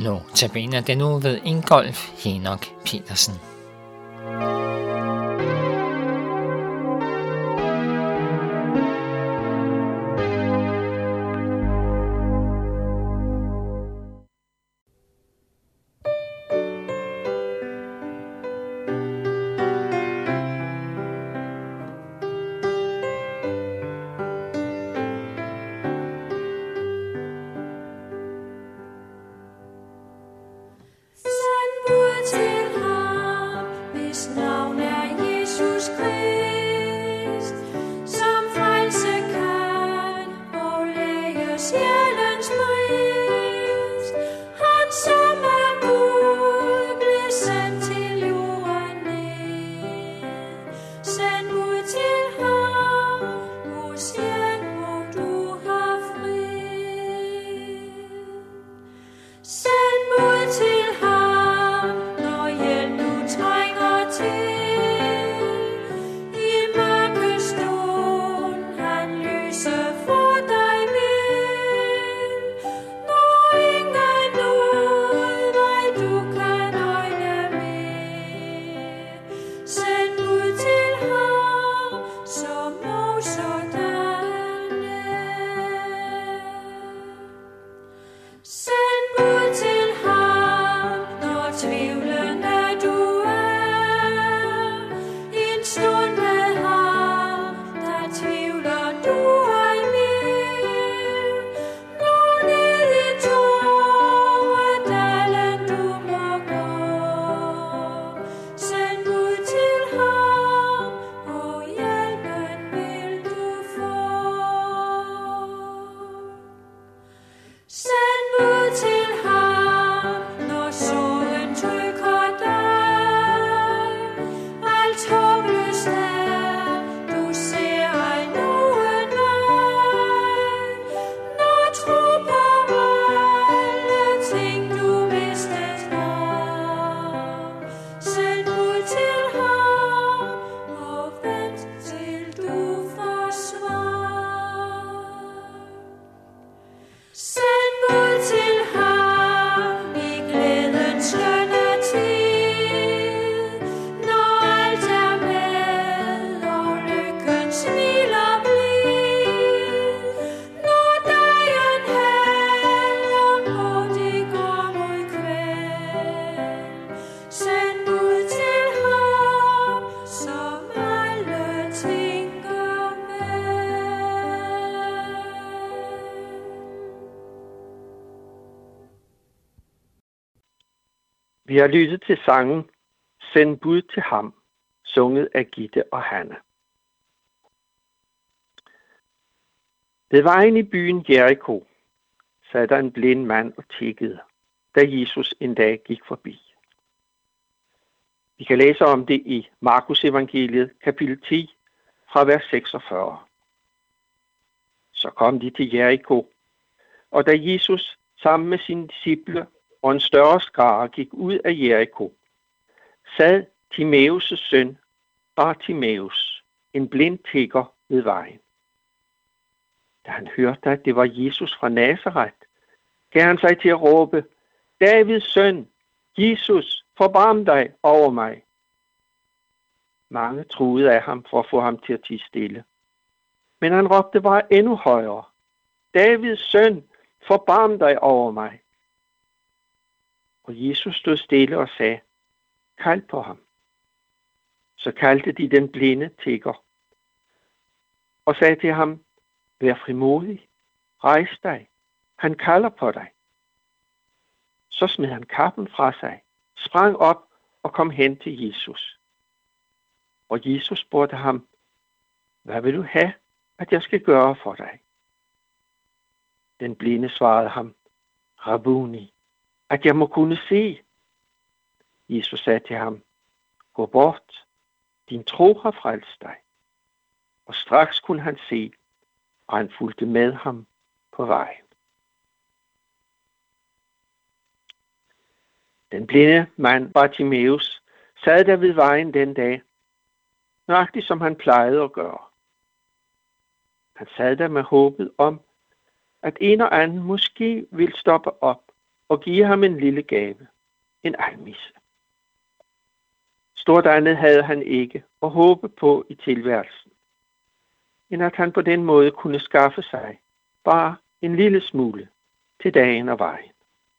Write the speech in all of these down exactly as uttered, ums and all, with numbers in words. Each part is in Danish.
Notabene den nu ved Ingolf Henok Petersen. Vi har lyttet til sangen Send bud til ham, sunget af Gitte og Hanne. Ved vejen i byen Jericho sad der en blind mand og tiggede, da Jesus en dag gik forbi. Vi kan læse om det i Markus evangeliet, kapitel ti, fra vers seksogfyrre. Så kom de til Jericho, og da Jesus sammen med sine disciple og en større skare gik ud af Jericho, sad Timeus' søn, Bartimeus, en blind tigger ved vejen. Da han hørte, at det var Jesus fra Nazaret, gav han sig til at råbe, Davids søn, Jesus, forbarm dig over mig. Mange truede af ham for at få ham til at tie stille. Men han råbte bare endnu højere, Davids søn, forbarm dig over mig. Og Jesus stod stille og sagde, kald på ham. Så kaldte de den blinde tigger og sagde til ham, vær frimodig, rejs dig, han kalder på dig. Så smed han kappen fra sig, sprang op og kom hen til Jesus. Og Jesus spurgte ham, hvad vil du have, at jeg skal gøre for dig? Den blinde svarede ham, Rabbuni, at jeg må kunne se. Jesus sagde til ham, gå bort, din tro har frelst dig. Og straks kunne han se, og han fulgte med ham på vejen. Den blinde mand Bartimeus sad der ved vejen den dag, nøjagtigt som han plejede at gøre. Han sad der med håbet om, at en og anden måske ville stoppe op og give ham en lille gave, en almisse. Stort andet havde han ikke at håbe på i tilværelsen, end at han på den måde kunne skaffe sig bare en lille smule til dagen og vejen.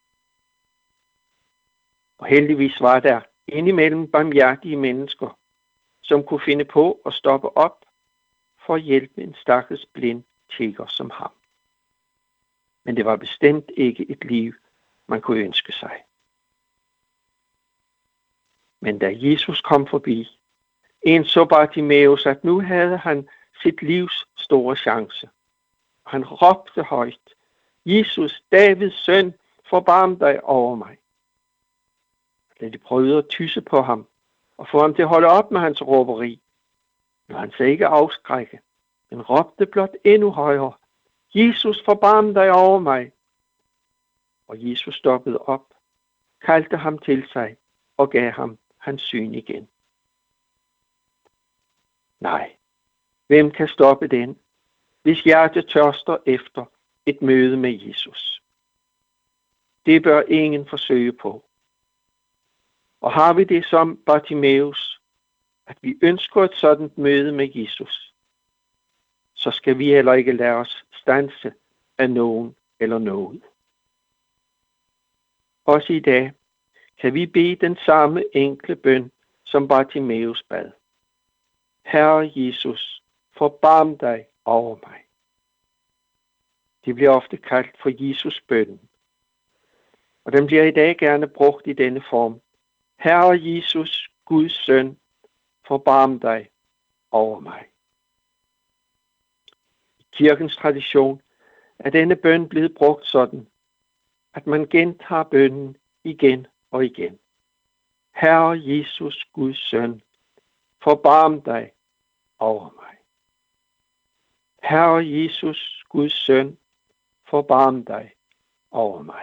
Og heldigvis var der indimellem barmhjertige mennesker, som kunne finde på at stoppe op for at hjælpe en stakkels blind tigger som ham. Men det var bestemt ikke et liv, man kunne ønske sig. Men da Jesus kom forbi, indså Bartimæus, at nu havde han sit livs store chance. Og han råbte højt: Jesus, Davids søn, forbarm dig over mig. Da de prøvede at tysse på ham og få ham til at holde op med hans råberi, når han sig ikke afskrække, men råbte blot endnu højere: Jesus, forbarm dig over mig. Og Jesus stoppede op, kaldte ham til sig og gav ham hans syn igen. Nej, hvem kan stoppe den, hvis hjertet tørster efter et møde med Jesus? Det bør ingen forsøge på. Og har vi det som Bartimæus, at vi ønsker et sådan møde med Jesus, så skal vi heller ikke lade os standse af nogen eller noget. Også i dag kan vi bede den samme enkle bøn, som Bartimæus bad. Herre Jesus, forbarm dig over mig. Det bliver ofte kaldt for Jesus bønnen, og den bliver i dag gerne brugt i denne form. Herre Jesus, Guds søn, forbarm dig over mig. I kirkens tradition er denne bøn blevet brugt sådan, at man gentager bønnen igen og igen. Herre Jesus, Guds søn, forbarm dig over mig. Herre Jesus, Guds søn, forbarm dig over mig.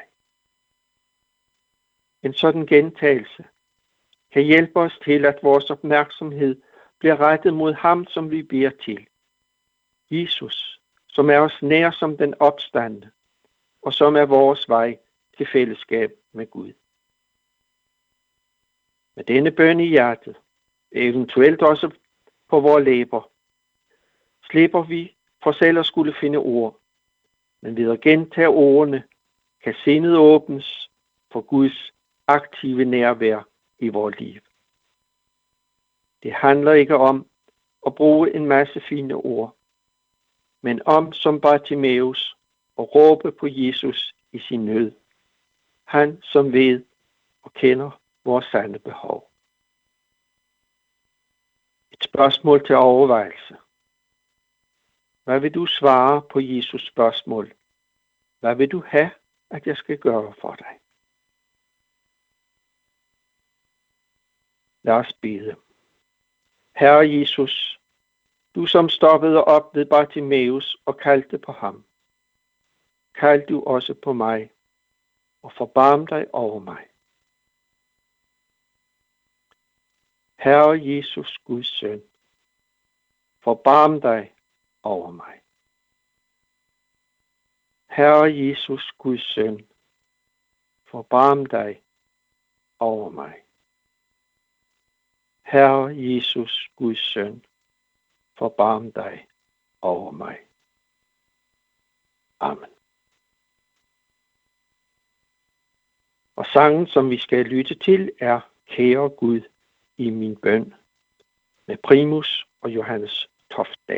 En sådan gentagelse kan hjælpe os til, at vores opmærksomhed bliver rettet mod ham, som vi beder til. Jesus, som er os nær som den opstande, og som er vores vej til fællesskab med Gud. Med denne bøn i hjertet, eventuelt også på vores læber, slipper vi for selv at skulle finde ord, men ved at gentage ordene, kan sindet åbnes for Guds aktive nærvær i vores liv. Det handler ikke om at bruge en masse fine ord, men om som Bartimæus at råbe på Jesus i sin nød. Han som ved og kender vores sande behov. Et spørgsmål til overvejelse. Hvad vil du svare på Jesus spørgsmål? Hvad vil du have, at jeg skal gøre for dig? Lad os bede. Herre Jesus, du som stoppede op ved Bartimæus og kaldte på ham, kald du også på mig og forbarm dig over mig. Herre Jesus, Guds søn, forbarm dig over mig. Herre Jesus, Guds søn, forbarm dig over mig. Herre Jesus, Guds søn, forbarm dig over mig. Amen. Og sangen, som vi skal lytte til, er Kære Gud i min bøn, med Primus og Johannes Toftdal.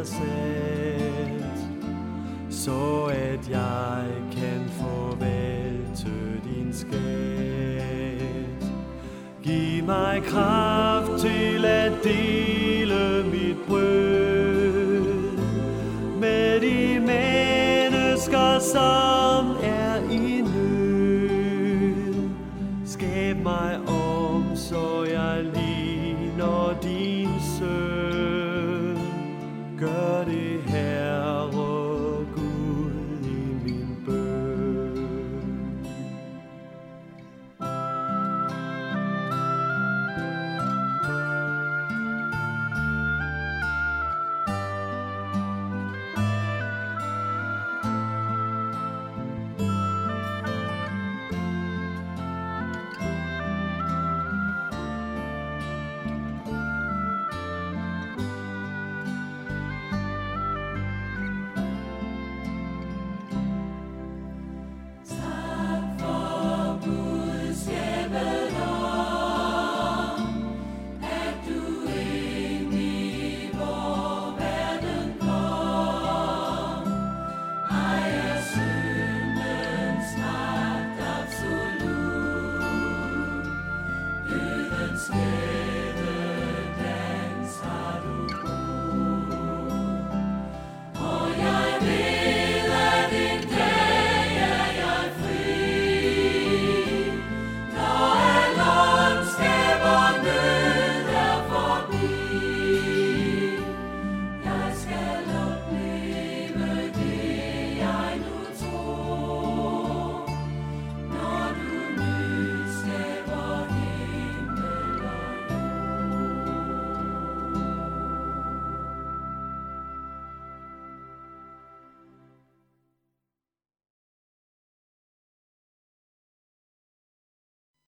dig sæt, så at jeg kan forvalte din skat. Giv mig kraft til at dele